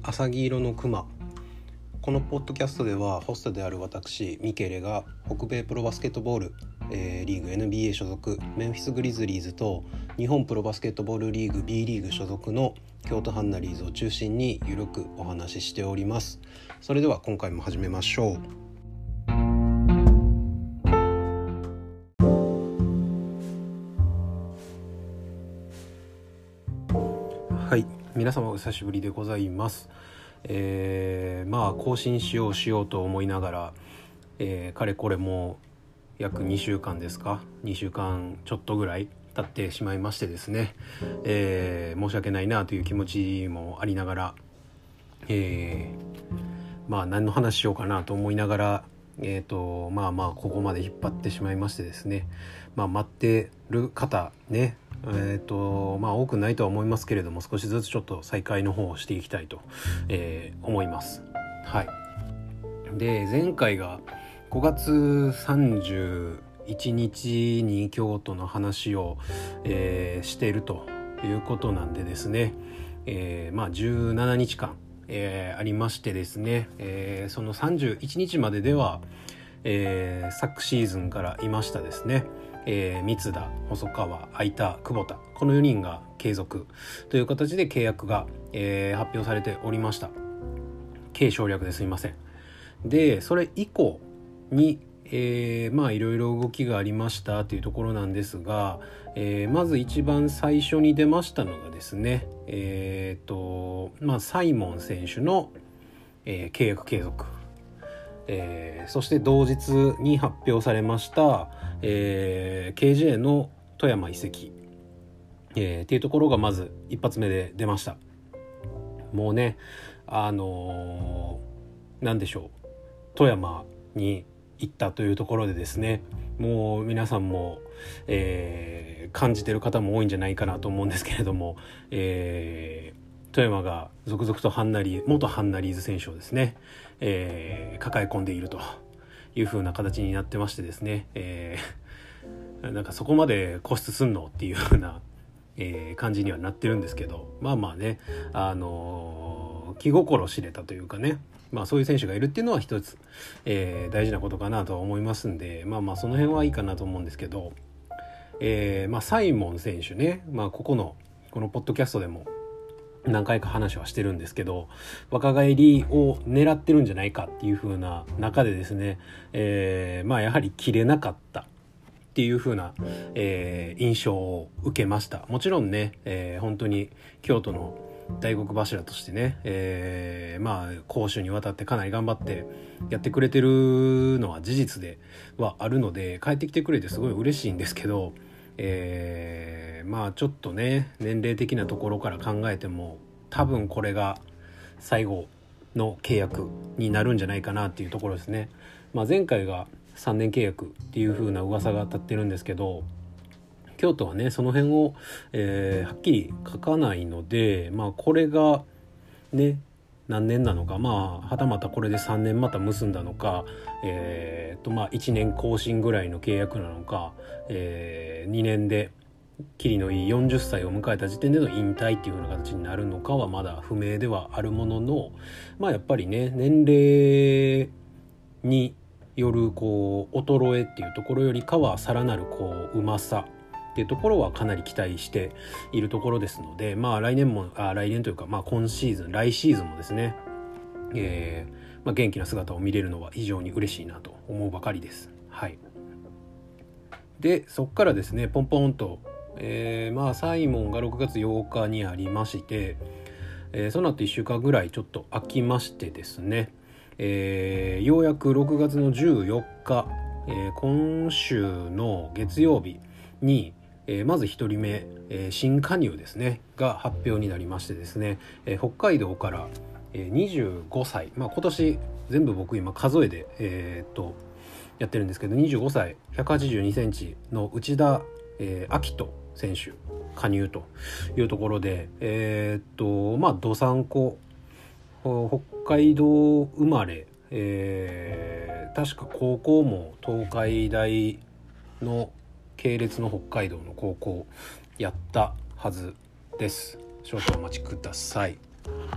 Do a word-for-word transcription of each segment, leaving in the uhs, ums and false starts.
浅黄色のクマ。このポッドキャストではホストである私ミケレが北米プロバスケットボール、えー、リーグ エヌビーエー 所属メンフィスグリズリーズと日本プロバスケットボールリーグ B リーグ所属の京都ハンナリーズを中心にゆるくお話ししております。それでは今回も始めましょう。はい、皆様お久しぶりでございます。えー、まあ更新しようしようと思いながら、えー、かれこれも約にしゅうかんですかにしゅうかんちょっとぐらい経ってしまいましてですね、えー、申し訳ないなという気持ちもありながら、えー、まあ何の話しようかなと思いながらえーとまあまあここまで引っ張ってしまいましてですね、まあ待ってる方ねえーとまあ多くないとは思いますけれども、少しずつちょっと再開の方をしていきたいと、えー、思います。はい。で前回がごがつさんじゅういちにちに京都の話を、えー、しているということなんでですね、えー、まあじゅうななにちかん、えー、ありましてですね、えー、そのさんじゅういちにちまででは、えー、昨シーズンからいましたですね、えー、三田、細川、相田、久保田、このよにんが継続という形で契約が、えー、発表されておりました。軽省略ですいません。でそれ以降に、えー、まあいろいろ動きがありましたというところなんですが、えー、まず一番最初に出ましたのがですね、えーとまあ、サイモン選手の、えー、契約継続、えー、そして同日に発表されました、えー、ケージェー の富山移籍、えー、っていうところがまず一発目で出ました。もうねあのー、なんでしょう、富山に行ったというところでですね、もう皆さんも、えー、感じてる方も多いんじゃないかなと思うんですけれども、えー、富山が続々とハンナリ元ハンナリーズ選手をですね、えー、抱え込んでいるという風な形になってましてですね、えー、なんかそこまで固執すんのっていう風な、えー、感じにはなってるんですけど、まあまあね、あのー、気心知れたというかね、まあそういう選手がいるっていうのは一つ、えー、大事なことかなとは思いますんで、まあまあその辺はいいかなと思うんですけど、えー、まあサイモン選手ね、まあここのこのポッドキャストでも何回か話はしてるんですけど、若返りを狙ってるんじゃないかっていう風な中でですね、えー、まあやはり切れなかったっていう風な、えー、印象を受けました。もちろんね、えー、本当に京都の大黒柱としてね、えー、まあ攻守にわたってかなり頑張ってやってくれてるのは事実ではあるので、帰ってきてくれてすごい嬉しいんですけど、えー、まあちょっとね年齢的なところから考えても多分これが最後の契約になるんじゃないかなっていうところですね。まあ、前回がさんねん契約っていう風な噂が立ってるんですけど、京都はねその辺を、えー、はっきり書かないので、まあこれがね何年なのか、まあはたまたこれでさんねんまた結んだのか、えー、とまあいちねん更新ぐらいの契約なのか、えー、にねんでキリのいいよんじゅっさいを迎えた時点での引退っていう風な形になるのかはまだ不明ではあるものの、まあやっぱりね年齢によるこう衰えっていうところよりかはさらなるこううまさっていうところはかなり期待しているところですので、まあ来年もあ来年というかまあ今シーズン来シーズンもですね、えーまあ、元気な姿を見れるのは非常に嬉しいなと思うばかりです。はい。でそっからですねポンポンと、えー、まあサイモンがろくがつようかにありまして、えー、その後いっしゅうかんぐらいちょっと空きましてですね、えー、ようやくろくがつのじゅうよっか、えー、今週の月曜日に、えー、まずひとりめ、えー、新加入ですねが発表になりましてですね、えー、北海道から、えー、にじゅうごさい、まあ、今年全部僕今数えで、えー、っとやってるんですけど、にじゅうごさいひゃくはちじゅうにセンチの内田、えー、明人選手加入というところで、えー、っとまあどさんこ北海道生まれ、えー、確か高校も東海大の系列の北海道の高校やったはずです。少々お待ちください。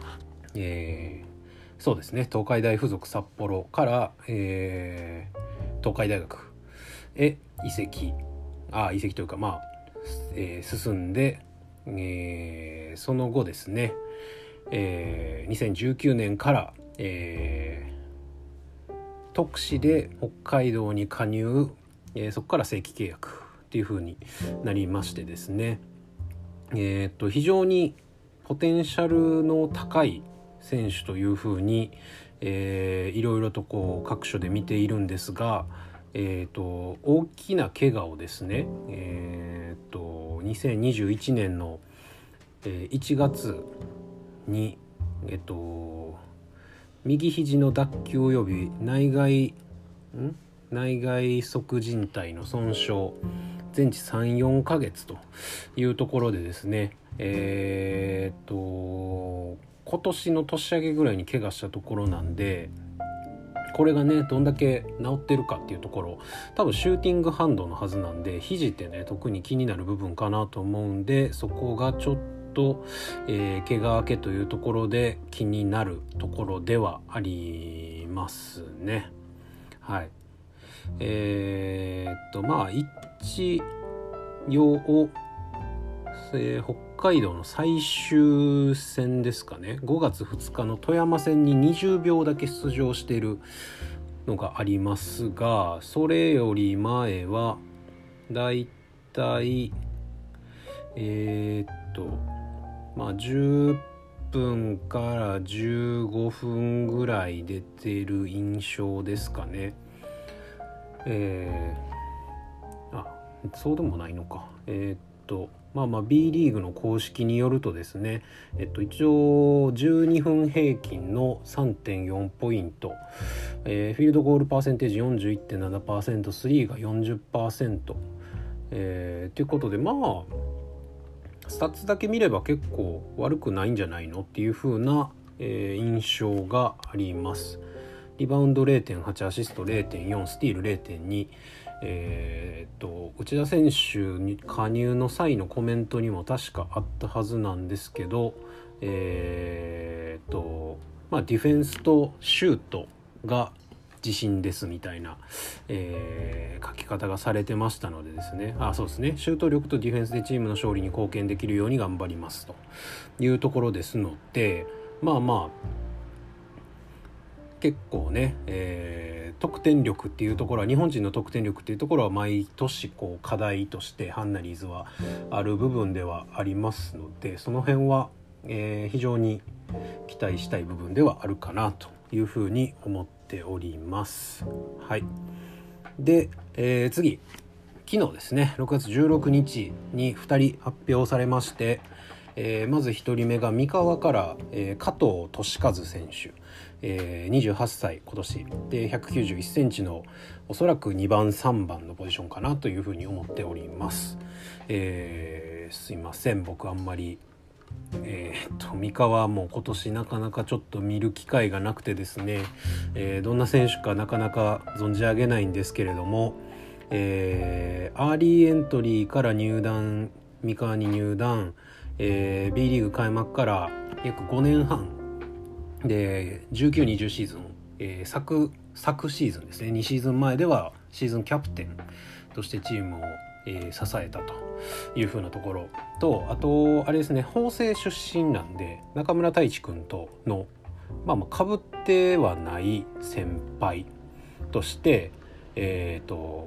えー、そうですね東海大附属札幌から、えー、東海大学へ移籍あ移籍というかまあ、えー、進んで、えー、その後ですね、えー、にせんじゅうきゅうねんから、えー、特使で北海道に加入、えー、そこから正規契約っていう風になりましてですね、えー、っと非常にポテンシャルの高い選手という風に、えー、いろいろとこう各所で見ているんですが、えー、と大きな怪我をですね、えー、とにせんにじゅういちねんのいちがつに、えー、と右肘の脱臼及び内外ん内外側靭帯の損傷全治 さん,よん ヶ月というところでですね、えー、と今年の年明けぐらいに怪我したところなんで、これがねどんだけ治ってるかっていうところ、多分シューティングハンドのはずなんで肘ってね特に気になる部分かなと思うんで、そこがちょっと、えー、怪我明けというところで気になるところではありますね。はい。えー、っとまあ一応、えー、北海道の最終戦ですかね、ごがつふつかの富山戦ににじゅうびょうだけ出場しているのがありますが、それより前はだいたいえー、っとまあじゅっぷんからじゅうごふんぐらい出てる印象ですかね。えー、あそうでもないのか。えー、っとまあまあ B リーグの公式によるとですね、えっと一応じゅうにふん平均の さんてんよん ポイント、えー、フィールドゴールパーセンテージ よんじゅういってんななパーセント、スリーが よんじゅっパーセント、えー、ということでまあスタッツだけ見れば結構悪くないんじゃないのっていう風な、えー、印象があります。リバウンド れいてんはち、アシスト れいてんよん、スティール れいてんに、えー、っと内田選手に加入の際のコメントにも確かあったはずなんですけど、えー、っとまあディフェンスとシュートが自信ですみたいな、えー、書き方がされてましたのでですね、あそうですねシュート力とディフェンスでチームの勝利に貢献できるように頑張りますというところですので、まあまあ結構ね、えー、得点力っていうところは日本人の得点力っていうところは毎年こう課題としてハンナリーズはある部分ではありますので、その辺は、えー、非常に期待したい部分ではあるかなというふうに思っております。はい。で、えー、次昨日ですねろくがつじゅうろくにちにふたり発表されまして、えー、まずひとりめが三河から、えー、加藤俊和選手、えー、にじゅうはっさい今年でひゃくきゅうじゅういっセンチのおそらくにばんさんばんのポジションかなというふうに思っております。えー、すいません僕あんまりえー、っと三河も今年なかなかちょっと見る機会がなくてですね、えー、どんな選手かなかなか存じ上げないんですけれども、えー、アーリーエントリーから入団三河に入団、えー、B リーグ開幕から約ごねんはんでじゅうきゅう、にじゅうシーズン、えー、昨, 昨シーズンですねにシーズンまえではシーズンキャプテンとしてチームを、えー、支えたという風なところと、あとあれですね法政出身なんで中村太一君とのまあまあ被ってはない先輩としてえっ、ー、と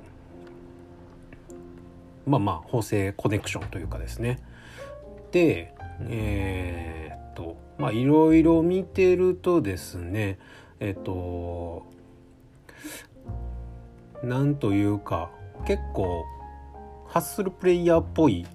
まあまあ法政コネクションというかですねでえっ、ー、とまあいろいろ見てるとですねえっ、ー、となんというか結構ハッスルプレイヤーっぽい、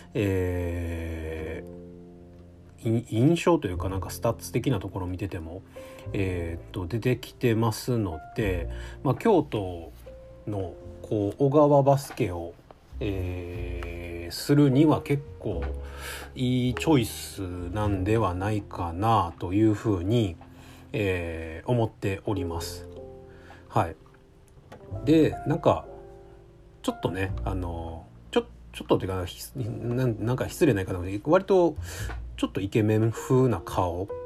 えー、印象というかなんかスタッツ的なところを見てても、えー、と出てきてますので、まあ、京都のこう小川バスケを、えー、するには結構いいチョイスなんではないかなというふうに、えー、思っております。はい。でなんかちょっとねあのちょちょっとっていうか な, なんか失礼な言い方で割とちょっとイケメン風な顔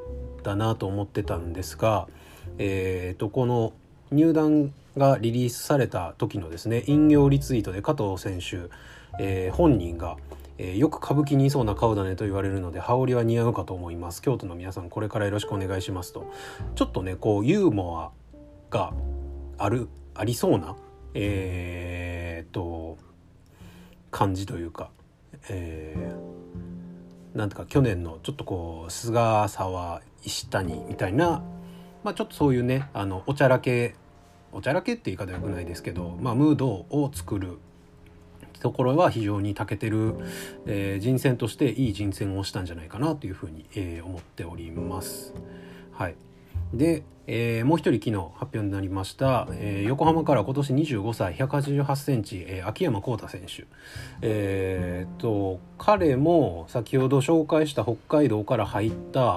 ったなと思ってたんですが、えー、とこの入団がリリースされた時のですね引用リツイートで加藤選手、えー、本人が、えー、よく歌舞伎にいそうな顔だねと言われるので羽織は似合うかと思います、京都の皆さんこれからよろしくお願いしますと、ちょっとねこうユーモアがあるありそうなえー、っと感じというか、えー、なんとか去年のちょっとこう菅沢石谷みたいな、まあ、ちょっとそういうねあのおちゃらけおちゃらけって言い方よくないですけど、まあ、ムードを作るところは非常に長けてる、えー、人選としていい人選をしたんじゃないかなというふうに、えー、思っております。はい。で、えー、もう一人昨日発表になりました、えー、横浜から今年にじゅうごさいひゃくはちじゅうはちセンチ、えー、秋山浩太選手、えー、と彼も先ほど紹介した北海道から入った、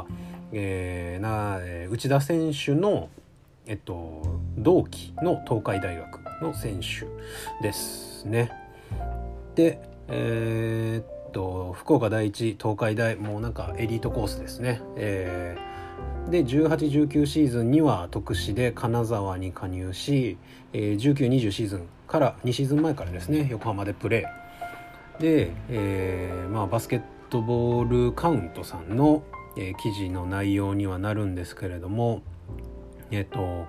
えー、なえー、内田選手の、えっと、同期の東海大学の選手ですね。で、えー、っと福岡第一東海大もうなんかエリートコースですね、えー、でじゅうはち、じゅうきゅうシーズンには徳志で金沢に加入し、えー、じゅうきゅう、にじゅうシーズンからにシーズン前からですね横浜でプレーで、えーまあ、バスケットボールカウントさんの、えー、記事の内容にはなるんですけれども、えっと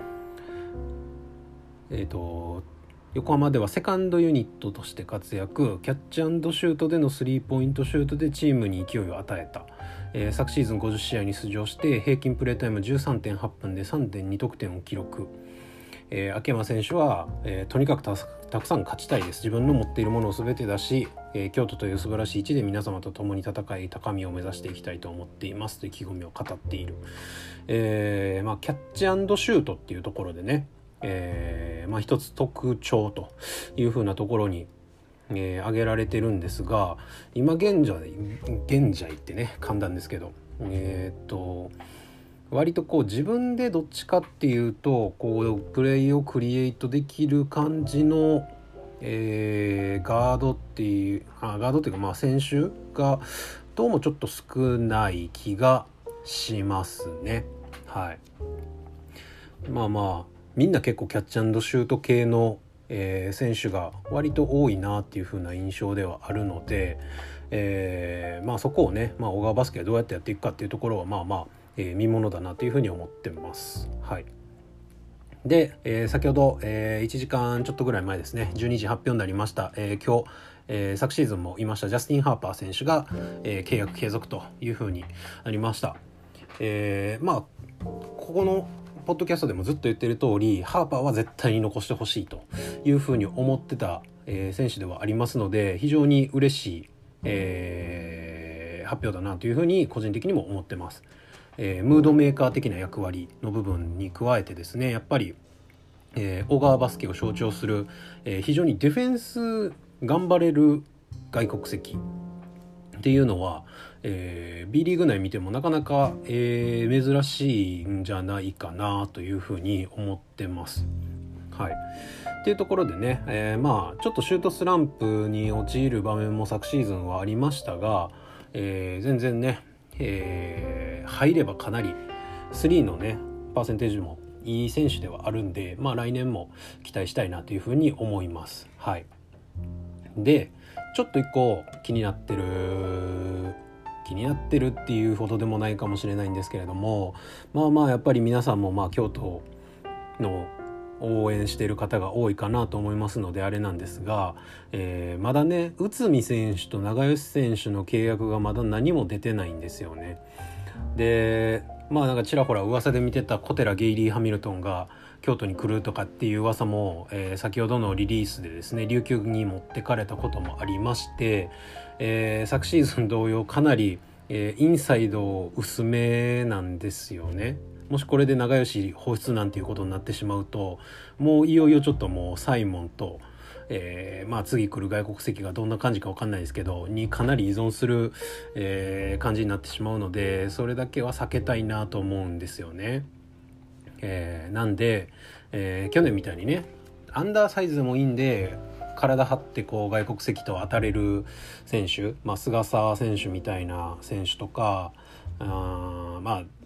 えっと横浜ではセカンドユニットとして活躍、キャッチ&シュートでのスリーポイントシュートでチームに勢いを与えた、えー、昨シーズンごじゅっしあいに出場して平均プレータイム じゅうさんてんはちふんで さんてんにとくてんを記録、えー、秋山選手は、えー、とにかく た, たくさん勝ちたいです、自分の持っているものを全て出し、えー、京都という素晴らしい地で皆様と共に戦い高みを目指していきたいと思っていますという意気込みを語っている、えーまあ、キャッチ&シュートっていうところでね、えーまあ、一つ特徴というふうなところに、えー、挙げられてるんですが、今現在現在ってね簡単ですけど、えー、っと割とこう自分でどっちかっていうとこうプレイをクリエイトできる感じの、えー、ガードっていうあガードっていうかまあ選手がどうもちょっと少ない気がしますね。はい。まあまあみんな結構キャッチ&シュート系の、えー、選手が割と多いなっていう風な印象ではあるので、えー、まあそこをね、まあ、小川バスケどうやってやっていくかっていうところはまあまあ、えー、見ものだなという風に思ってます。はい。で、えー、先ほど、えー、いちじかんちょっとぐらい前ですね、じゅうにじ発表になりました、えー、今日、えー、昨シーズンもいましたジャスティン・ハーパー選手が、えー、契約継続という風になりました。えー、まあここのポッドキャストでもずっと言ってる通りハーパーは絶対に残してほしいというふうに思ってた、えー、選手ではありますので非常に嬉しい、えー、発表だなというふうに個人的にも思ってます。えー、ムードメーカー的な役割の部分に加えてですねやっぱり、えー、小川バスケを象徴する、えー、非常にディフェンス頑張れる外国籍っていうのは、えー、B リーグ内見てもなかなか、えー、珍しいんじゃないかなというふうに思ってます。はい。っていうところでね、えー、まあちょっとシュートスランプに陥る場面も昨シーズンはありましたが、えー、全然ね、えー、入ればかなりスリーのねパーセンテージもいい選手ではあるんで、まあ来年も期待したいなというふうに思います。はい。でちょっと一個気になってる気になってるっていうほどでもないかもしれないんですけれども、まあまあやっぱり皆さんもまあ京都の応援している方が多いかなと思いますのであれなんですが、えー、まだね内海選手と長吉選手の契約がまだ何も出てないんですよね。でまあなんかちらほら噂で見てた小寺ゲイリー・ハミルトンが京都に来るとかっていう噂も、えー、先ほどのリリースでですね琉球に持ってかれたこともありまして、えー、昨シーズン同様かなり、えー、インサイド薄めなんですよね。もしこれで長吉放出なんていうことになってしまうともういよいよちょっともうサイモンと、えー、まあ次来る外国籍がどんな感じか分かんないですけどにかなり依存する、えー、感じになってしまうのでそれだけは避けたいなと思うんですよね。えー、なんで、えー、去年みたいにねアンダーサイズでもいいんで体張ってこう外国籍と当たれる選手、まあ、菅沢選手みたいな選手とかあまあ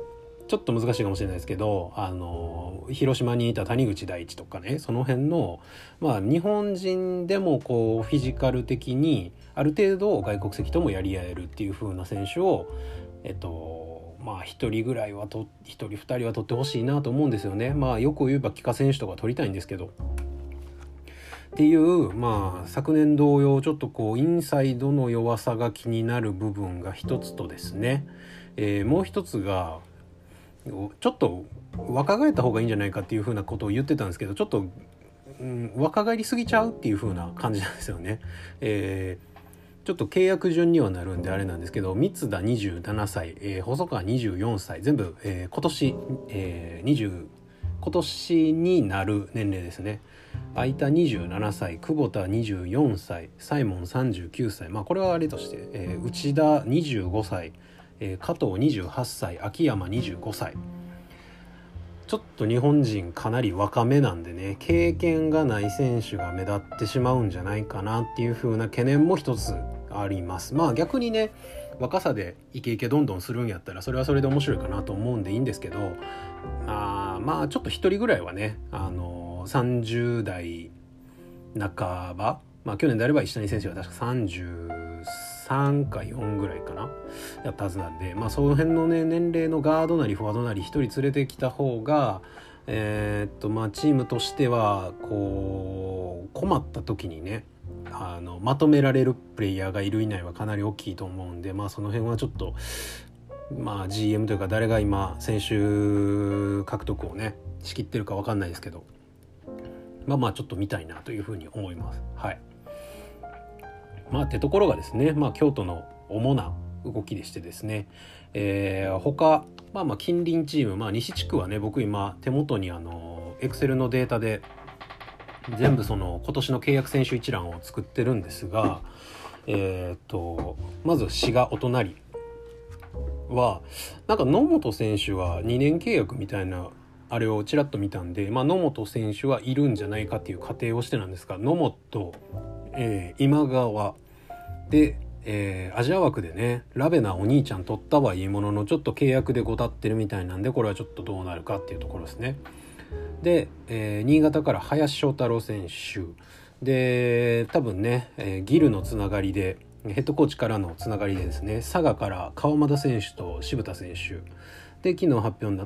ちょっと難しいかもしれないですけど、あの広島にいた谷口大地とかね、その辺の、まあ、日本人でもこうフィジカル的にある程度外国籍ともやり合えるっていう風な選手を、えっとまあ、ひとりぐらいはとひとりふたりは取ってほしいなと思うんですよね。まあ、よく言えば帰化選手とか取りたいんですけどっていう、まあ、昨年同様ちょっとこうインサイドの弱さが気になる部分が一つとですね、えー、もう一つがちょっと若返った方がいいんじゃないかっていう風なことを言ってたんですけど、ちょっと、うん、若返りすぎちゃうっていう風な感じなんですよね。えー、ちょっと契約順にはなるんであれなんですけど、三田にじゅうななさい、えー、細川にじゅうよんさい、全部、えー、今年、えー、にじゅう今年になる年齢ですね。相田にじゅうななさい、久保田にじゅうよんさい、サイモンさんじゅうきゅうさい、まあこれはあれとして、えー、内田にじゅうごさい、えー、加藤にじゅうはっさい、秋山にじゅうごさい。ちょっと日本人かなり若めなんでね、経験がない選手が目立ってしまうんじゃないかなっていう風な懸念も一つあります。まあ逆にね、若さでイケイケどんどんするんやったらそれはそれで面白いかなと思うんでいいんですけど、あまあちょっと一人ぐらいはね、あのさんじゅう代半ば、まあ去年であれば石谷選手は確かさんじゅうさんかよんぐらいかなやったはずなんで、まあその辺のね年齢のガードなりフォワードなり一人連れてきた方が、えー、っとまあチームとしてはこう困った時にね、あのまとめられるプレイヤーがいるいないはかなり大きいと思うんで、まあその辺はちょっとまあ ジーエム というか誰が今選手獲得をね仕切ってるか分かんないですけど、まあまあちょっと見たいなというふうに思います。はい。まあってところがですね、まあ京都の主な動きでしてですね、えー、他まあまあ近隣チーム、まあ西地区はね、僕今手元にあのエクセルのデータで全部その今年の契約選手一覧を作ってるんですが、えー、っとまず滋賀お隣はなんか野本選手はにねん契約みたいなあれをちらっと見たんで、まあ、野本選手はいるんじゃないかっていう仮定をしてなんですが、野本、えー、今川で、えー、アジア枠でねラベナお兄ちゃん取ったはいいもののちょっと契約でごたってるみたいなんで、これはちょっとどうなるかっていうところですね。で、えー、新潟から林翔太郎選手で、多分ね、えー、ギルのつながりでヘッドコーチからのつながりでですね、佐賀から川又選手と渋田選手で、昨日発表になった、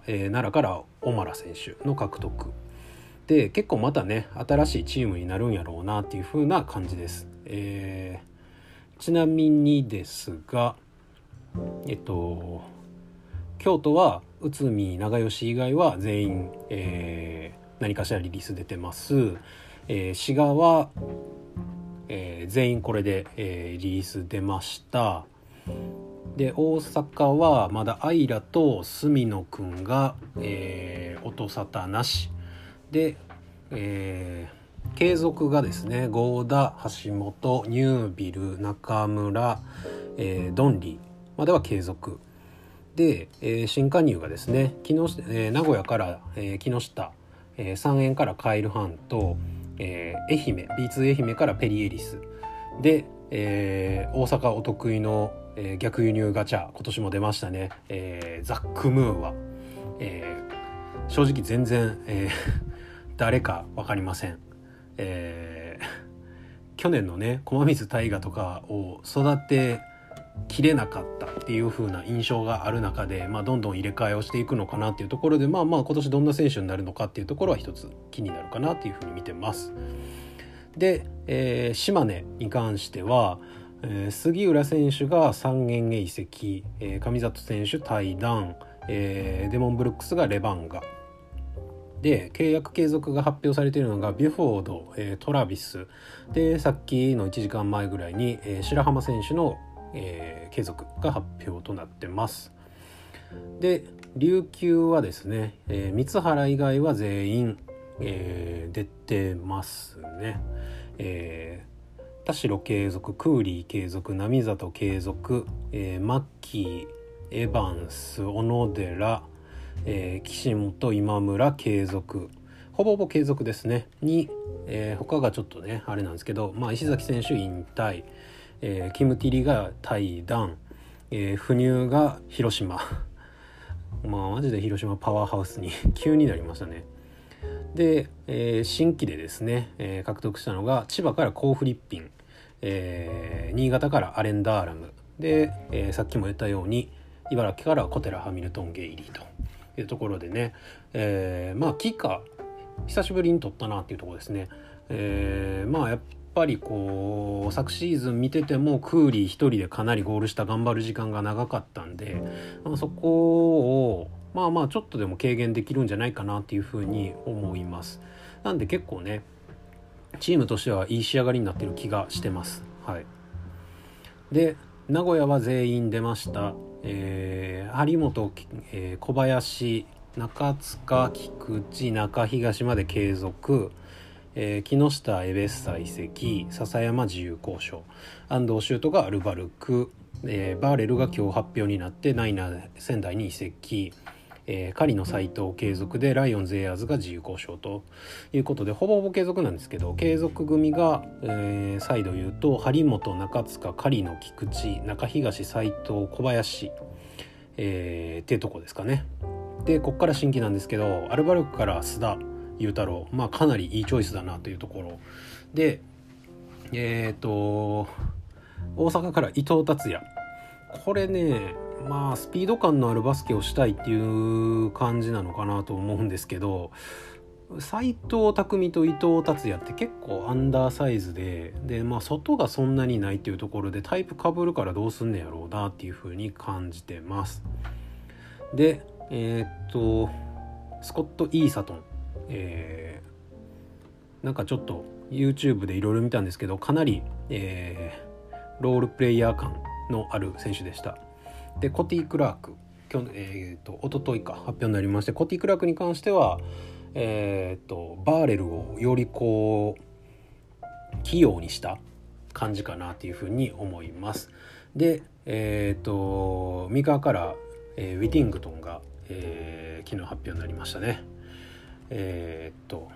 えー、奈良から小原選手の獲得で、結構またね新しいチームになるんやろうなっていう風な感じです。えー、ちなみにですが、えっと京都は内海長吉以外は全員、えー、何かしらリリース出てます。えー、滋賀は、えー、全員これで、えー、リリース出ました。で大阪はまだアイラと隅野くんが、えー、音沙汰なしで、えー、継続がですね合田、橋本、ニュービル、中村、えー、ドンリまでは継続で、えー、新加入がですね木下、えー、名古屋から、えー、木下、えー、三円からカイル・ハント、えー、愛媛 ビーツー 愛媛からペリエリスで、えー、大阪お得意の、えー、逆輸入ガチャ今年も出ましたね、えー、ザック・ムーは、えー、正直全然、えー、誰か分かりません。えー、去年のね駒水大河とかを育て切れなかったっていう風な印象がある中で、まあ、どんどん入れ替えをしていくのかなっていうところで、まあまあ今年どんな選手になるのかっていうところは一つ気になるかなっていう風に見てます。で、えー、島根に関しては、えー、杉浦選手が三軒へ移籍、えー、上里選手退団、えー、デモンブルックスがレバンガで、契約継続が発表されているのがビュフォード、えー、トラビスで、さっきのいちじかんまえぐらいに、えー、白浜選手のえー、継続が発表となってます。で琉球はですね、えー、三原以外は全員、えー、出てますね。えー、田代継続、クーリー継続、並里継続、えー、マッキー、エヴァンス、小野寺、えー、岸本、今村継続、ほぼほぼ継続ですねに、えー、他がちょっとねあれなんですけど、まあ、石崎選手引退、えー、キムティリが退団、えー、不入が広島まあマジで広島パワーハウスに急になりましたね。で、えー、新規でですね、えー、獲得したのが千葉からコー・フリッピン、えー、新潟からアレン・ダーラムで、えー、さっきも言ったように茨城から小寺ハミルトン・ゲイリーというところでね、えー、まあキッカー久しぶりに取ったなっていうところですね。えー、まあやっぱりこう昨シーズン見ててもクーリー一人でかなりゴール下頑張る時間が長かったんで、まあ、そこをまあまあちょっとでも軽減できるんじゃないかなっていうふうに思います。なんで結構ねチームとしてはいい仕上がりになってる気がしてます。はい。で名古屋は全員出ました。えー、張本、えー、小林、中塚、菊池、中東まで継続、えー、木下エベッサ移籍、笹山自由交渉、安藤修斗がアルバルク、えー、バーレルが今日発表になってナイナー仙台に移籍、えー、狩野斉藤継続でライオンズエアーズが自由交渉ということでほぼほぼ継続なんですけど、継続組が、えー、再度言うと張本、中塚、狩野、菊池、中東、斉藤、小林、えー、っていうとこですかね。でここから新規なんですけど、アルバルクから須田裕太郎、まあかなりいいチョイスだなというところで、えっと大阪から伊藤達也、これねまあスピード感のあるバスケをしたいっていう感じなのかなと思うんですけど、斉藤匠と伊藤達也って結構アンダーサイズでで、まあ、外がそんなにないっていうところでタイプ被るからどうすんねやろうなっていう風に感じてます。でえー、っとスコット・イーサトン、えー、なんかちょっと YouTube でいろいろ見たんですけどかなり、えー、ロールプレイヤー感のある選手でした。でコティ・クラーク今日、えー、と一昨日か発表になりまして、コティ・クラークに関しては、えー、とバーレルをよりこう器用にした感じかなというふうに思います。で、えー、と三河から、えー、ウィティングトンが、えー、昨日発表になりましたね。えー、っと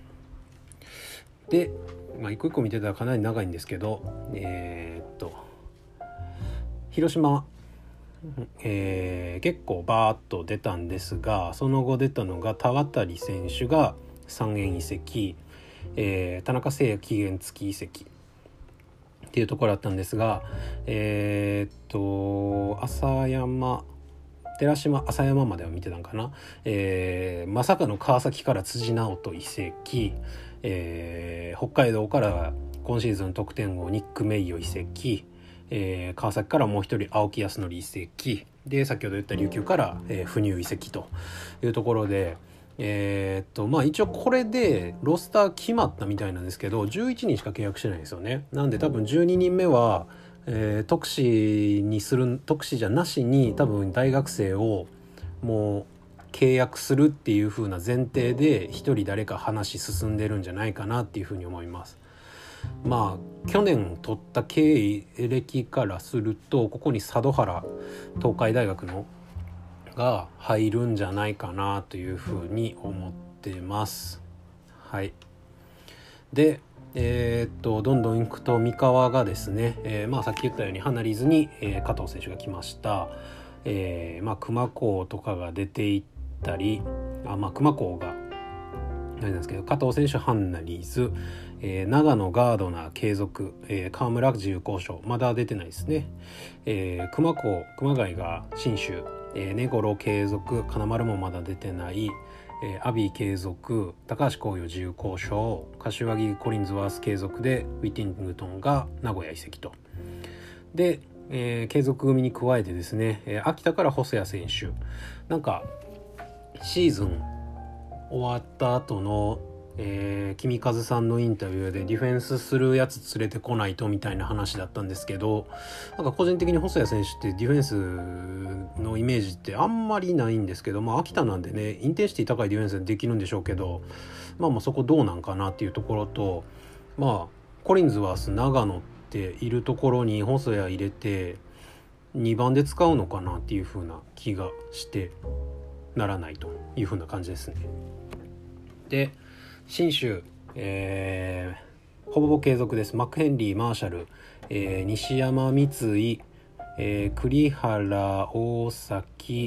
で、まあ、一個一個見てたらかなり長いんですけど、えー、っと広島、えー、結構バーッと出たんですが、その後出たのが田渡選手が三円移籍、えー、田中誠也期限付き移籍っていうところだったんですが、えー、っと浅山寺島浅山までは見てたんかな、えー、まさかの川崎から辻直人移籍、えー、北海道から今シーズン得点王ニック・メイヨ移籍、えー、川崎からもう一人青木康則移籍で、先ほど言った琉球から、えー、不入移籍というところで、えーっとまあ、一応これでロスター決まったみたいなんですけどじゅういちにんしか契約してないんですよね。なんで多分じゅうににんめはえー、特使にする特使じゃなしに多分大学生をもう契約するっていう風な前提で一人誰か話進んでるんじゃないかなっていう風に思います。まあ去年取った経歴からするとここに佐渡原東海大学のが入るんじゃないかなという風に思ってます。はい。でえー、っとどんどん行くと三河がですね、えーまあ、さっき言ったようにハナリーズに、えー、加藤選手が来ました。えーまあ、熊高とかが出ていったりあ、まあ、熊高が何なんですけど加藤選手ハンナリーズ、えー、長野ガードナー継続、えー、川村自由交渉まだ出てないですね。えー、熊高熊谷が信州、えー、根頃継続金丸もまだ出てない。えー、アビー継続高橋光陽自由交渉柏木コリンズワース継続でウィティングトンが名古屋移籍とで、えー、継続組に加えてですね、えー、秋田から細谷選手なんかシーズン終わった後のえー、君和さんのインタビューでディフェンスするやつ連れてこないとみたいな話だったんですけど、なんか個人的に細谷選手ってディフェンスのイメージってあんまりないんですけど、まあ秋田なんでねインテンシティ高いディフェンスできるんでしょうけど、まあまあそこどうなんかなっていうところと、まあコリンズワース長野っているところに細谷入れてにばんで使うのかなっていう風な気がしてならないという風な感じですね。で信州、えー、ほぼほぼ継続です。マクヘンリー、マーシャル、えー、西山三井、えー、栗原、大崎、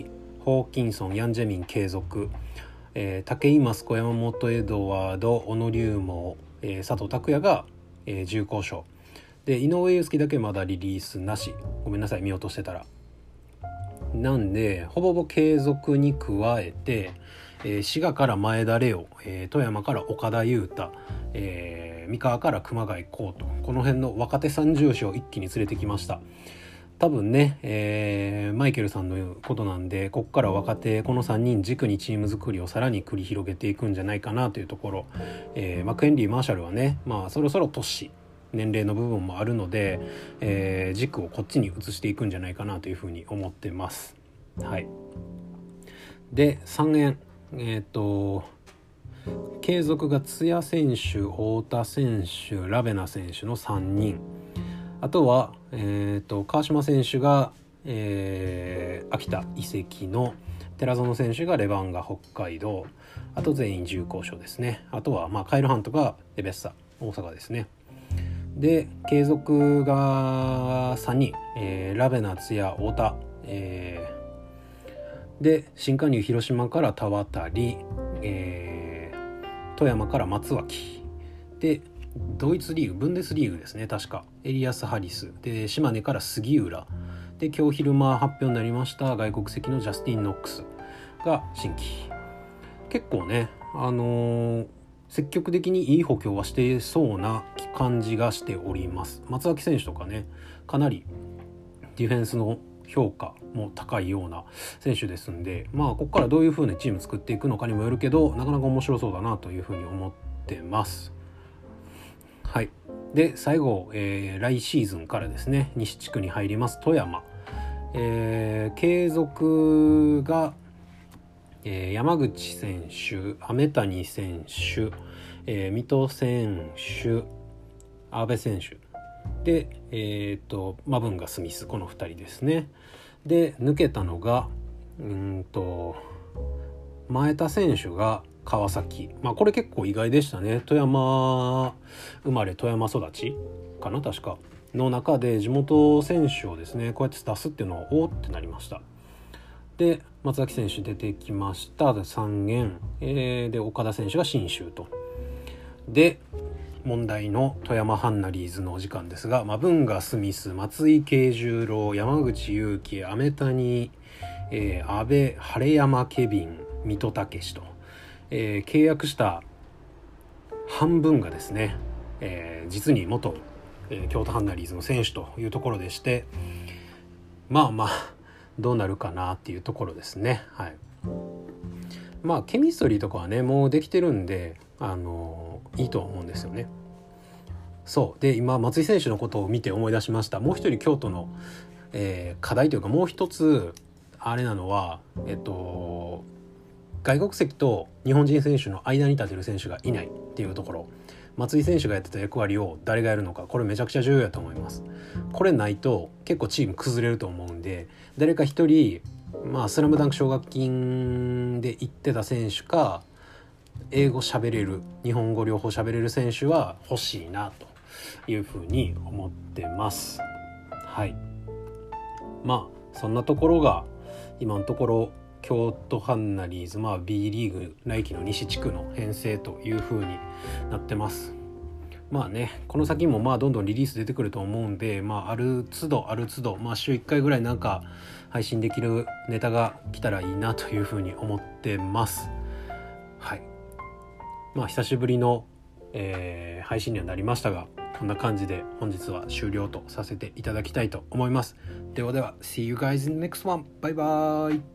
ホーキンソン、ヤン・ジェミン継続、えー、武井益子、山本エドワード、小野龍門、えー、佐藤拓也が、えー、重厚賞で、井上祐介だけまだリリースなし、ごめんなさい見落としてたら。なんでほぼほぼ継続に加えて、えー、滋賀から前田レオ、えー、富山から岡田優太、えー、三河から熊谷幸と、この辺の若手三重士を一気に連れてきました。多分ね、えー、マイケルさんのことなんで、ここから若手このさんにん軸にチーム作りをさらに繰り広げていくんじゃないかなというところ、えー、マクヘンリー・マーシャルはね、まあそろそろ年年齢の部分もあるので、えー、軸をこっちに移していくんじゃないかなというふうに思ってます。はい。でさんえん、えっ、ー、と継続が津谷選手、太田選手、ラベナ選手のさんにん。あとは、えー、と川島選手が、えー、秋田移籍の、寺園選手がレバンガ北海道、あと全員重厚賞ですね。あとは、まあ、カイル・ハントがエベッサ大阪ですね。で継続がさんにん、えー、ラベナ、津谷、太田、えー、で新加入広島から田渡、えー、富山から松脇で、ドイツリーグ、ブンデスリーグですね、確かエリアス・ハリスで、島根から杉浦で、今日昼間発表になりました外国籍のジャスティン・ノックスが新規。結構ね、あのー、積極的にいい補強はしてそうな感じがしております。松脇選手とかね、かなりディフェンスの評価も高いような選手ですんで、まあここからどういう風にチーム作っていくのかにもよるけど、なかなか面白そうだなという風に思ってます。はい。で最後、えー、来シーズンからですね、西地区に入ります富山、えー、継続が、えー、山口選手、飴谷選手、えー、水戸選手、阿部選手で、えー、とマブンガ・スミス、このふたりですね。で抜けたのがうんと前田選手が川崎、まあこれ結構意外でしたね。富山生まれ富山育ちかな、確かの中で地元選手をですねこうやって出すっていうのはおーってなりました。で松崎選手出てきました。でさんげん、えー、で岡田選手が新州と。で問題の富山ハンナリーズのお時間ですが、マブンガ・スミス、松井慶十郎、山口祐希、飴谷、えー、阿部、晴山ケビン、水戸武と、えー、契約した半分がですね、えー、実に元、えー、京都ハンナリーズの選手というところでして、まあまあどうなるかなっていうところですね。はい。まあケミストリーとかはねもうできてるんで、あのー、いいと思うんですよね。そうで今松井選手のことを見て思い出しました。もう一人京都の、えー、課題というか、もう一つあれなのは、えっと外国籍と日本人選手の間に立てる選手がいないっていうところ。松井選手がやってた役割を誰がやるのか、これめちゃくちゃ重要だと思います。これないと結構チーム崩れると思うんで、誰か一人、まあスラムダンク奨学金で行ってた選手か、英語喋れる、日本語両方喋れる選手は欲しいなというふうに思ってます。はい。まあそんなところが今のところ京都ハンナリーズ、まあ B リーグ来季の西地区の編成という風になってます。まあね、この先もまあどんどんリリース出てくると思うんで、まあある都度ある都度、まあ週いっかいぐらいなんか配信できるネタが来たらいいなという風に思ってます。はい。まあ久しぶりの、えー、配信にはなりましたが、こんな感じで本日は終了とさせていただきたいと思います。ではでは、See you guys in the next one. バイバイ。